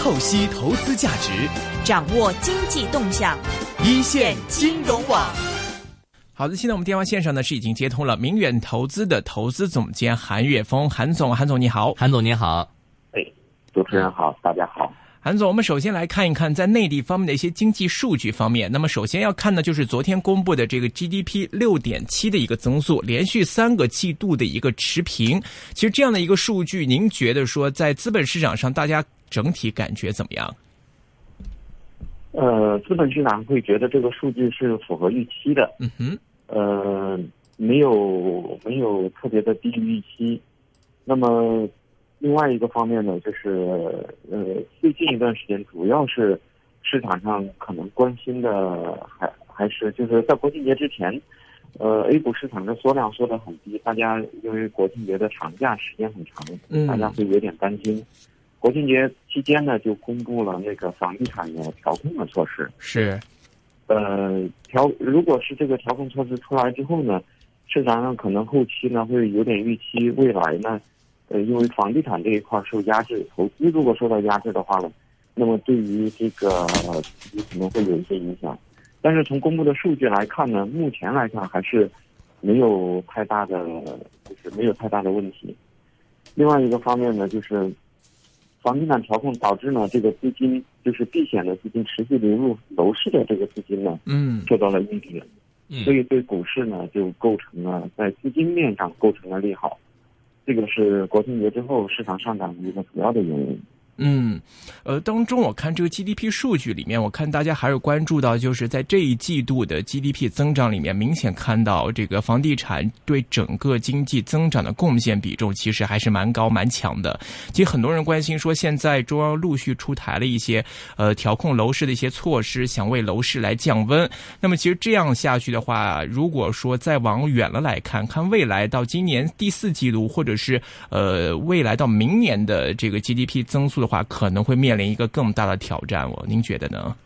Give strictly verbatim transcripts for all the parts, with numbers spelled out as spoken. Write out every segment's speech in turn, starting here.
透析投资价值， 掌握经济动向， 一线金融网。好的，现在我们电话线上呢是已经接通了明远投资的投资总监韩岳峰，韩总，韩总你好。 韩总您好。 哎，主持人好，大家好。 韩总，我们首先来看一看在内地方面的一些经济数据方面。那么首先要看的就是昨天公布的这个 G D P 六点七 的一个增速，连续三个季度的一个持平。其实这样的一个数据，您觉得说在资本市场上大家整体感觉怎么样？ 呃，资本市场会觉得这个数据是符合预期的。 嗯哼。 呃，没有没有特别的低于预期。那么另外一个方面呢，就是呃，最近一段时间主要是市场上可能关心的还还是就是在国庆节之前，呃 ，A 股市场的缩量缩得很低，大家因为国庆节的长假时间很长，大家会有点担心。国庆节期间呢，就公布了那个房地产的调控的措施。 是。 呃，调如果是这个调控措施出来之后呢，市场上可能后期呢会有点预期，未来呢，呃，因为房地产这一块受压制，投资如果受到压制的话呢，那么对于这个呃可能会有一些影响。但是从公布的数据来看呢，目前来看还是没有太大的，就是没有太大的问题。另外一个方面呢，就是房地产调控导致呢，这个资金就是避险的资金持续流入楼市的这个资金呢， 嗯， 受到了抑制， 嗯， 所以对股市呢就构成了在资金面上构成了利好，这个是国庆节之后市场上涨的一个主要的原因。 嗯，呃，当中我看这个 G D P 数据里面，我看大家还是关注到，就是在这一季度的 G D P 增长里面，明显看到这个房地产对整个经济增长的贡献比重其实还是蛮高蛮强的。其实很多人关心说，现在中央陆续出台了一些呃调控楼市的一些措施，想为楼市来降温。那么其实这样下去的话，如果说再往远了来看，看未来到今年第四季度，或者是呃未来到明年的这个 G D P 增速的话，可能会面临一个更大的挑战哦，您觉得呢？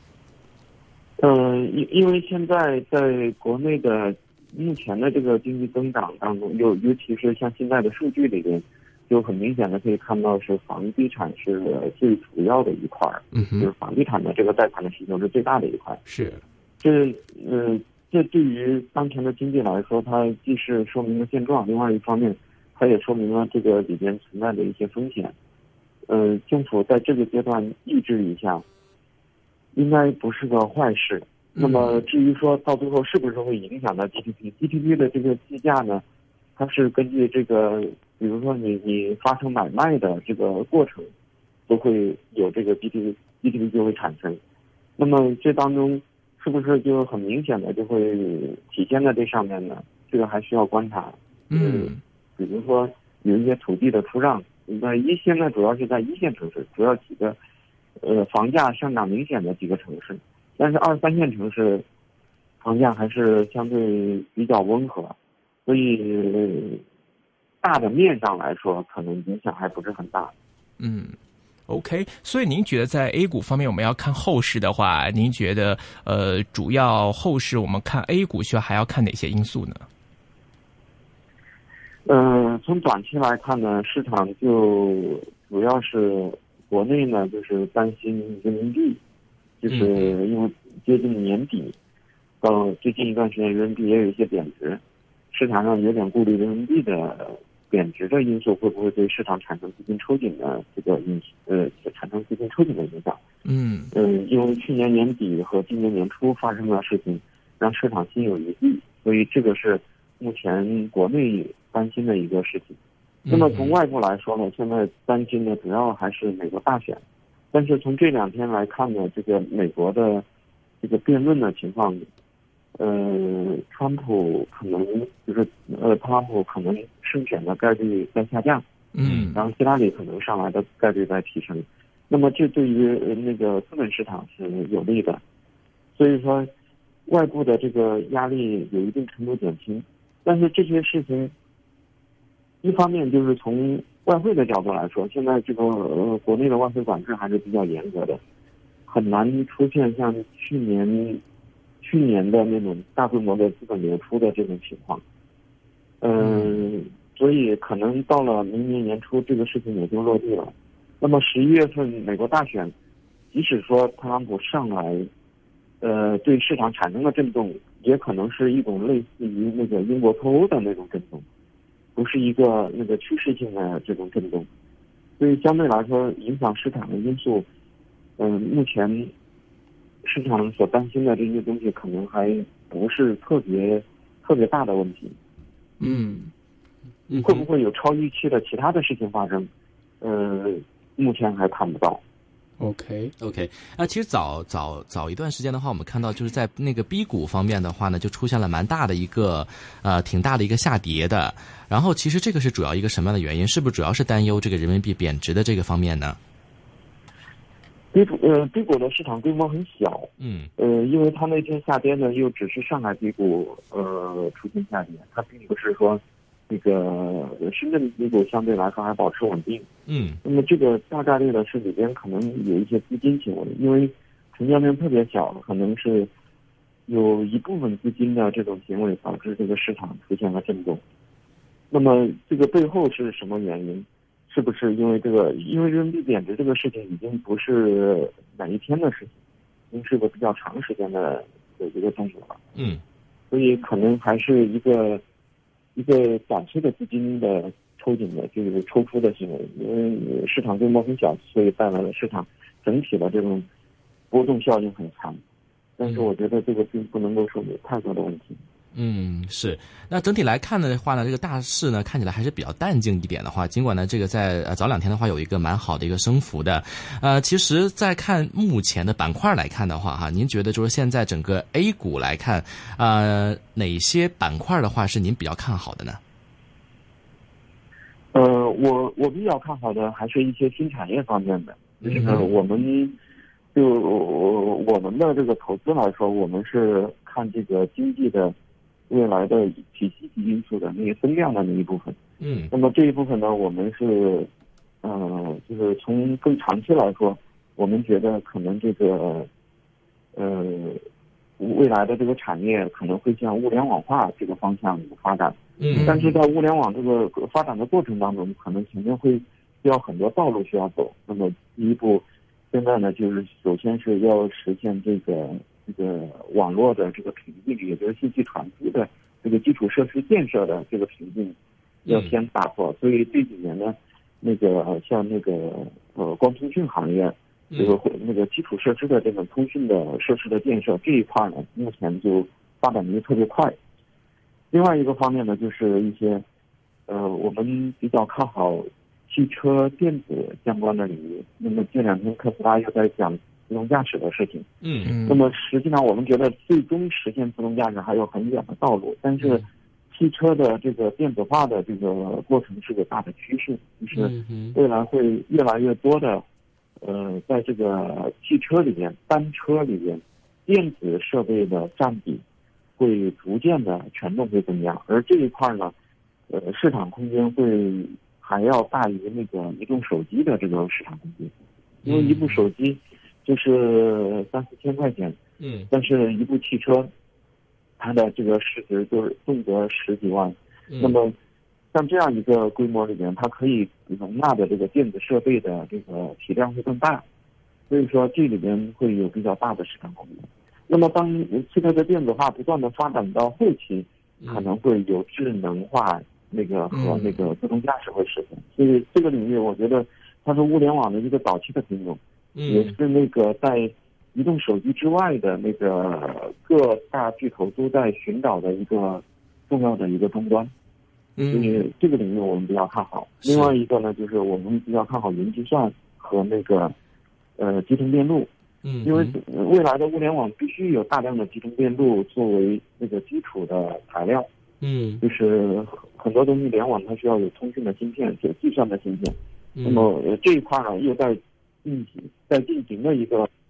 呃，因因为现在在国内的目前的这个经济增长当中，尤尤其是像现在的数据里边，就很明显的可以看到是房地产是最主要的一块， 嗯哼， 就是房地产的这个贷款的需求是最大的一块。 是， 这呃，这对于当前的经济来说，它既是说明了现状，另外一方面，它也说明了这个里边存在的一些风险。呃，政府在这个阶段抑制一下，应该不是个坏事。那么至于说到最后是不是会影响到 G D P，G D P 的这个计价呢，它是根据这个，比如说你你发生买卖的这个过程，都会有这个 G D P，G D P 就会产生。那么这当中是不是就很明显的就会体现在这上面呢？这个还需要观察。 嗯， 比如说有一些土地的出让。在一线呢，主要是在一线城市，主要几个，呃，房价上涨明显的几个城市，但是二三线城市，房价还是相对比较温和，所以大的面上来说，可能影响还不是很大。 嗯 ，OK， 所以您觉得在 A 股方面，我们要看后市的话，您觉得呃，主要后市我们看 A 股需要还要看哪些因素呢？ 呃，从短期来看呢，市场就主要是国内呢，就是担心人民币，就是因为接近年底，到最近一段时间人民币也有一些贬值，市场上有点顾虑人民币的贬值的因素会不会对市场产生资金抽紧的这个影呃产生资金抽紧的影响。 嗯嗯，因为去年年底和今年年初发生的事情，让市场心有余悸，所以这个是目前国内担心的一个事情。那么从外部来说呢，现在担心的主要还是美国大选，但是从这两天来看呢，这个美国的这个辩论的情况，呃，川普可能就是呃，特朗普可能胜选的概率在下降， 嗯， 然后希拉里可能上来的概率在提升，那么这对于那个资本市场是有利的，所以说外部的这个压力有一定程度减轻。但是这些事情，一方面就是从外汇的角度来说，现在这个呃国内的外汇管制还是比较严格的，很难出现像去年去年的那种大规模的资本流出的这种情况。嗯、呃，所以可能到了明年年初，这个事情也就落地了。 那么十一月份美国大选，即使说特朗普上来，呃，对市场产生了震动，也可能是一种类似于那个英国脱欧的那种震动，不是一个那个趋势性的这种震动。所以相对来说，影响市场的因素，嗯、呃，目前市场所担心的这些东西，可能还不是特别特别大的问题。 嗯， 会不会有超预期的其他的事情发生？呃，目前还看不到。 OK OK， 那其实早早早一段时间的话，我们看到就是在那个 B 股方面的话呢，就出现了蛮大的一个呃挺大的一个下跌的。然后其实这个是主要一个什么样的原因？是不是主要是担忧这个人民币贬值的这个方面呢 ？B 股呃 B 股的市场规模很小， 嗯呃，因为它那天下跌呢，又只是上海 B 股呃出现下跌，它并不是说这个深圳 B 股相对来说还保持稳定。 嗯， 那么这个大概率的是里边可能有一些资金行为，因为成交量特别小，可能是有一部分资金的这种行为导致这个市场出现了震动。那么这个背后是什么原因？是不是因为这个？因为人民币贬值这个事情已经不是哪一天的事情，已经是个比较长时间的的一个动作了。 嗯， 所以可能还是一个一个短期的资金的抽紧的，就是抽出的行为。因为市场规模很小，所以带来了市场整体的这种波动效应很强。但是我觉得这个并不能够说明太多的问题。 嗯，是。那整体来看的话呢，这个大势呢看起来还是比较淡静一点的话，尽管呢这个在呃早两天的话有一个蛮好的一个升幅的，呃，其实在看目前的板块来看的话哈，您觉得就是现在整个 A 股来看，呃，哪些板块的话是您比较看好的呢？ 呃，我我比较看好的还是一些新产业方面的，就是我们就我们的这个投资来说，我们是看这个经济的未来的体系级因素的那个增量的那一部分。 嗯， 那么这一部分呢，我们是，呃，就是从更长期来说，我们觉得可能这个，呃，未来的这个产业可能会向物联网化这个方向发展。 嗯， 但是在物联网这个发展的过程当中，可能前面会需要很多道路需要走。那么第一步，现在呢，就是首先是要实现这个这个网络的这个瓶颈，也就是信息传输的这个基础设施建设的这个瓶颈，要先打破。所以这几年呢，那个像那个呃光通讯行业，这个那个基础设施的这个通讯的设施的建设这一块呢，目前就发展的特别快。另外一个方面呢，就是一些呃我们比较看好汽车电子相关的领域。那么这两天特斯拉又在讲自动驾驶的事情。 嗯， 那么实际上我们觉得最终实现自动驾驶还有很远的道路，但是汽车的这个电子化的这个过程是个大的趋势，就是未来会越来越多的呃在这个汽车里面单车里面电子设备的占比会逐渐的权重会增加，而这一块呢，呃，市场空间会还要大于那个移动手机的这个市场空间，因为一部手机就是三四千块钱， 嗯， 但是一部汽车，它的这个市值就是动辄十几万， 嗯、 那么像这样一个规模里面，它可以容纳的这个电子设备的这个体量会更大，所以说这里边会有比较大的市场空间。那么当汽车的电子化不断的发展到后期，可能会有智能化那个和那个自动驾驶会实现。所以这个领域我觉得它是物联网的一个早期的品种，也是那个在移动手机之外的那个各大巨头都在寻找的一个重要的一个终端。所以这个领域我们比较看好。另外一个呢，就是我们比较看好云计算和那个呃集成电路。 嗯， 因为未来的物联网必须有大量的集成电路作为那个基础的材料。 嗯， 就是很多东西联网它需要有通讯的芯片，有计算的芯片。 嗯、 那么这一块呢，又在进行在进行的一个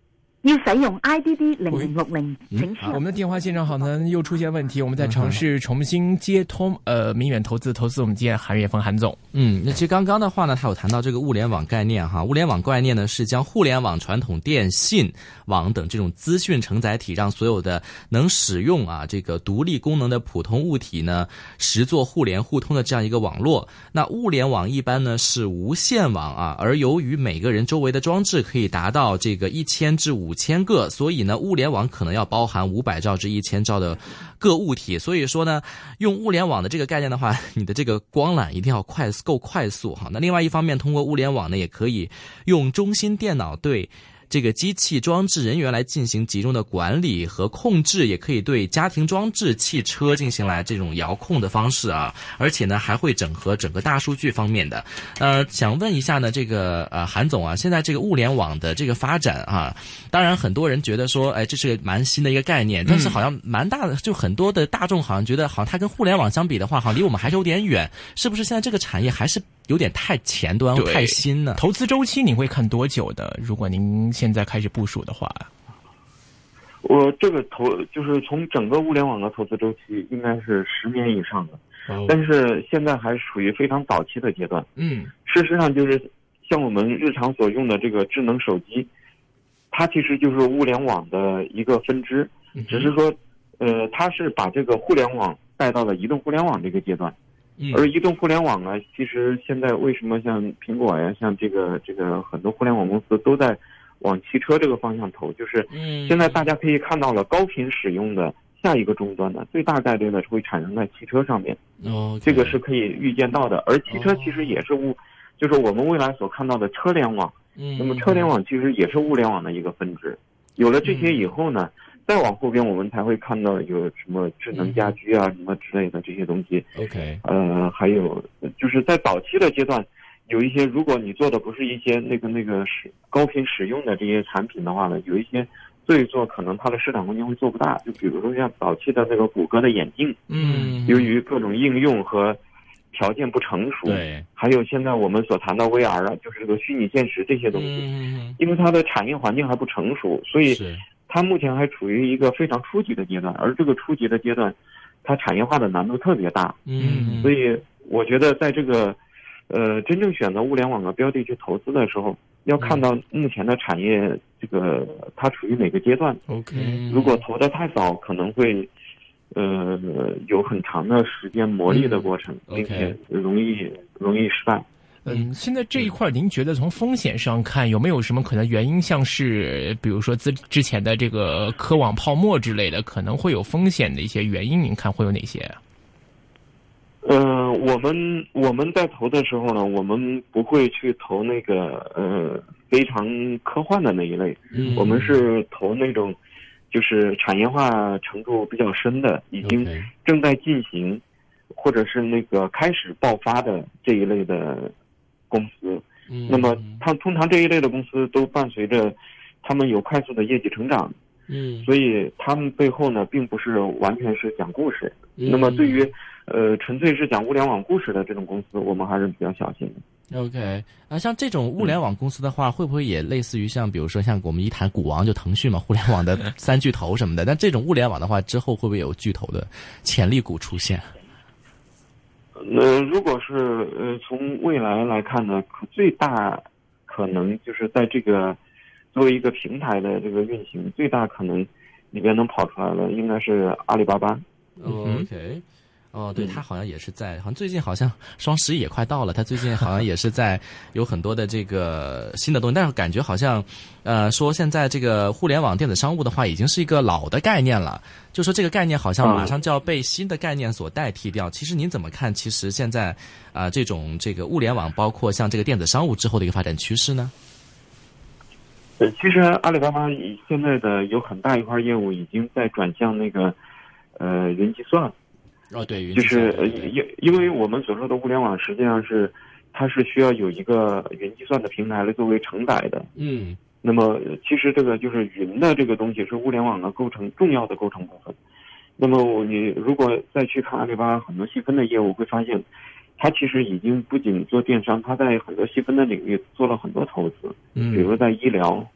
要使用 I D D 零零六零，请好，我们的电话线上好像又出现问题，我们再尝试重新接通。呃，明远投资投资总监韩岳峰韩总。 嗯，那其实刚刚的话呢，他有谈到这个物联网概念哈。物联网概念呢是将互联网、传统电信网等这种资讯承载体，让所有的能使用啊这个独立功能的普通物体呢，实作互联互通的这样一个网络。那物联网一般呢是无线网啊，而由于每个人周围的装置可以达到这个一千至五千个，所以呢，物联网可能要包含五百兆至一千兆的各物体。所以说呢，用物联网的这个概念的话，你的这个光缆一定要快够快速哈。那另外一方面，通过物联网呢，也可以用中心电脑对这个机器装置人员来进行集中的管理和控制，也可以对家庭装置、汽车进行来这种遥控的方式啊，而且呢还会整合整个大数据方面的。呃，想问一下呢，这个呃韩总啊，现在这个物联网的这个发展啊，当然很多人觉得说，哎，这是蛮新的一个概念，但是好像蛮大的，就很多的大众好像觉得，好像它跟互联网相比的话，好像离我们还是有点远，是不是？现在这个产业还是有点太前端、太新呢？ 投资周期你会看多久的？如果您现在开始部署的话， 我这个投就是从整个物联网的投资周期应该是十年以上的，哦、但是现在还属于非常早期的阶段。 嗯， 事实上就是像我们日常所用的这个智能手机，它其实就是物联网的一个分支，嗯、只是说，呃，它是把这个互联网带到了移动互联网这个阶段。嗯、而移动互联网呢，其实现在为什么像苹果呀，像这个这个很多互联网公司都在往汽车这个方向投，就是现在大家可以看到了高频使用的下一个终端呢，最大概率呢会产生在汽车上面。 哦， 这个是可以预见到的。而汽车其实也是物，就是我们未来所看到的车联网。嗯，那么车联网其实也是物联网的一个分支。有了这些以后呢，再往后边我们才会看到有什么智能家居啊、什么之类的这些东西。 OK， 呃，还有就是在早期的阶段。有一些，如果你做的不是一些那个那个使高频使用的这些产品的话呢，有一些做一做，可能它的市场空间会做不大。就比如说像早期的那个谷歌的眼镜，嗯，由于各种应用和条件不成熟， 对， 还有现在我们所谈到 V R 啊，就是这个虚拟现实这些东西，嗯，因为它的产业环境还不成熟，所以它目前还处于一个非常初级的阶段。而这个初级的阶段，它产业化的难度特别大，嗯，所以我觉得在这个。呃，真正选择物联网的标的去投资的时候，要看到目前的产业这个它处于哪个阶段。 OK， 如果投得太早，可能会呃有很长的时间磨砺的过程，嗯、并且容易容易失败。 嗯，现在这一块，您觉得从风险上看，有没有什么可能原因？像是比如说之之前的这个科网泡沫之类的，可能会有风险的一些原因，您看会有哪些啊？ 呃，我们我们在投的时候呢，我们不会去投那个呃非常科幻的那一类，嗯、我们是投那种就是产业化程度比较深的，已经正在进行， okay. 或者是那个开始爆发的这一类的公司。嗯、那么它通常这一类的公司都伴随着他们有快速的业绩成长。嗯，所以他们背后呢，并不是完全是讲故事。嗯、那么对于呃纯粹是讲物联网故事的这种公司，我们还是比较小心的。 OK， 啊，像这种物联网公司的话，嗯、会不会也类似于像比如说像我们一谈股王就腾讯嘛，互联网的三巨头什么的？但这种物联网的话，之后会不会有巨头的潜力股出现？ 呃，如果是呃从未来来看呢，最大可能就是在这个。作为一个平台的这个运行，最大可能里边能跑出来的应该是阿里巴巴。 嗯、OK， 哦，对，他好像也是在，好像最近好像双十一也快到了，他最近好像也是在有很多的这个新的东西，但是感觉好像，呃，说现在这个互联网电子商务的话，已经是一个老的概念了，就说这个概念好像马上就要被新的概念所代替掉。嗯、其实您怎么看？其实现在啊、呃，这种这个物联网，包括像这个电子商务之后的一个发展趋势呢？ 呃，其实阿里巴巴现在的有很大一块业务已经在转向那个，呃，云计算。 哦，对，云计算。就是呃，因因为我们所说的物联网，实际上是它是需要有一个云计算的平台来作为承载的。嗯。那么，其实这个就是云的这个东西是物联网的构成重要的构成部分。那么你如果再去看阿里巴巴很多细分的业务，会发现。它其实已经不仅做电商，它在很多细分的领域做了很多投资，嗯，比如在医疗，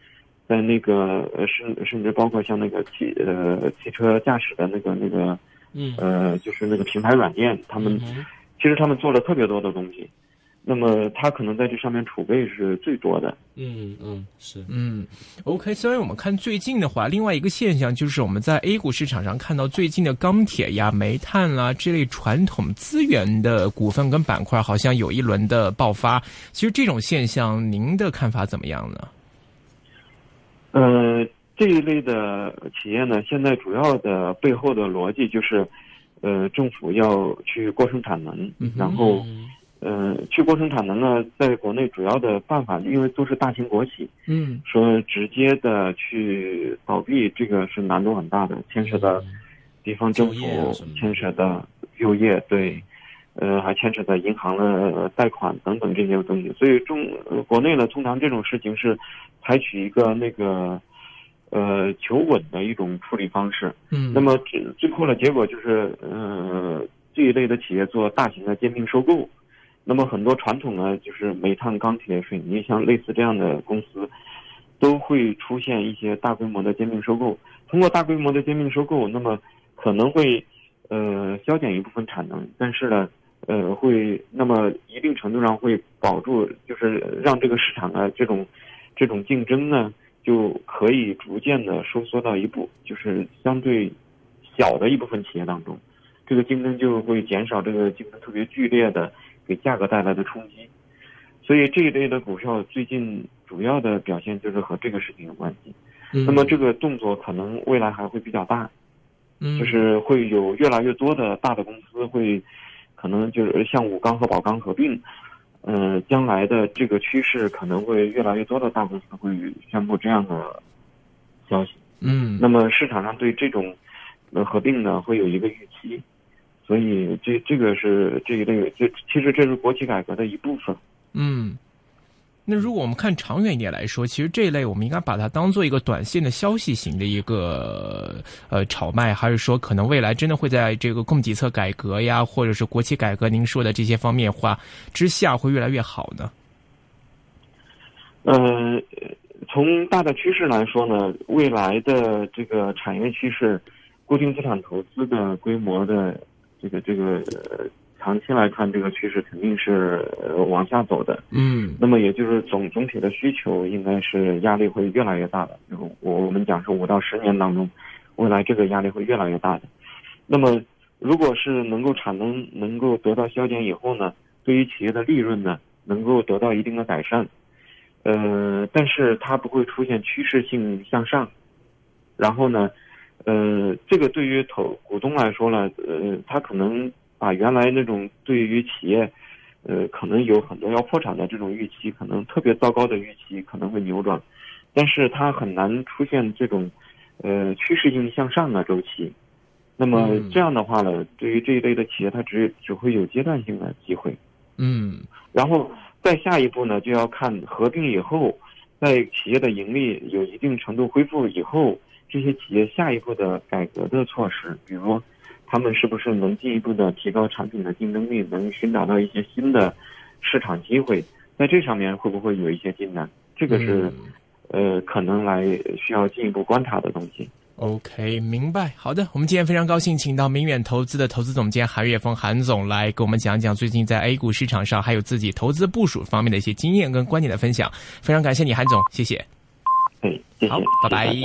在那个呃甚甚至包括像那个汽呃汽车驾驶的那个那个嗯呃就是那个品牌软件，他们、 嗯、 其实他们做了特别多的东西。那么他可能在这上面储备是最多的。 嗯嗯是嗯 OK。 虽然我们看最近的话，另外一个现象就是我们在 A 股市场上看到最近的钢铁呀、煤炭啦这类传统资源的股份跟板块好像有一轮的爆发。其实这种现象您的看法怎么样呢？ 呃这一类的企业呢，现在主要的背后的逻辑就是呃政府要去过剩产能、嗯、然后呃，去过剩产能呢，在国内主要的办法，因为都是大型国企， 嗯， 说直接的去倒闭，这个是难度很大的，牵扯到地方政府，牵扯到就业，对，呃，还牵扯到银行的贷款等等这些东西。所以中、呃、国内呢，通常这种事情是采取一个那个呃求稳的一种处理方式。 嗯， 那么最后的结果就是呃这一类的企业做大型的兼并收购。那么很多传统呢，就是煤炭、钢铁、水泥，像类似这样的公司，都会出现一些大规模的兼并收购。通过大规模的兼并收购，那么可能会呃削减一部分产能，但是呢，呃会那么一定程度上会保住，就是让这个市场呢这种这种竞争呢就可以逐渐的收缩到一步，就是相对小的一部分企业当中，这个竞争就会减少这个竞争特别剧烈的给价格带来的冲击。所以这一类的股票最近主要的表现就是和这个事情有关系。嗯、那么这个动作可能未来还会比较大，嗯，就是会有越来越多的大的公司会可能就是像武钢和宝钢合并，呃，将来的这个趋势可能会越来越多的大公司会宣布这样的消息。 嗯， 那么市场上对这种呃合并呢会有一个预期。所以这这个是这一类，这其实这是国企改革的一部分。 嗯，那如果我们看长远一点来说，其实这一类我们应该把它当做一个短线的消息型的一个呃炒卖，还是说可能未来真的会在这个供给侧改革呀，或者是国企改革您说的这些方面化之下会越来越好呢？ 呃，从大的趋势来说呢，未来的这个产业趋势，固定资产投资的规模的这个这个呃，长期来看，这个趋势肯定是呃往下走的。 嗯， 那么也就是总总体的需求应该是压力会越来越大的。我我们讲是五到十年当中，未来这个压力会越来越大的。那么如果是能够产能能够得到削减以后呢，对于企业的利润呢能够得到一定的改善，呃，但是它不会出现趋势性向上。然后呢？呃，这个对于投股东来说呢，呃，他可能把原来那种对于企业，呃，可能有很多要破产的这种预期，可能特别糟糕的预期可能会扭转，但是它很难出现这种，呃，趋势性向上的周期。那么这样的话呢，对于这一类的企业，它只只会有阶段性的机会。 嗯， 然后再下一步呢，就要看合并以后，在企业的盈利有一定程度恢复以后。这些企业下一步的改革的措施，比如他们是不是能进一步的提高产品的竞争力，能寻找到一些新的市场机会，在这上面会不会有一些进展？这个是、嗯、呃可能来需要进一步观察的东西。 OK， 明白。好的，我们今天非常高兴请到明远投资的投资总监韩岳峰韩总来给我们讲讲最近在 A 股市场上还有自己投资部署方面的一些经验跟观点的分享。非常感谢你，韩总，谢谢。 哎，谢谢。 好，拜拜。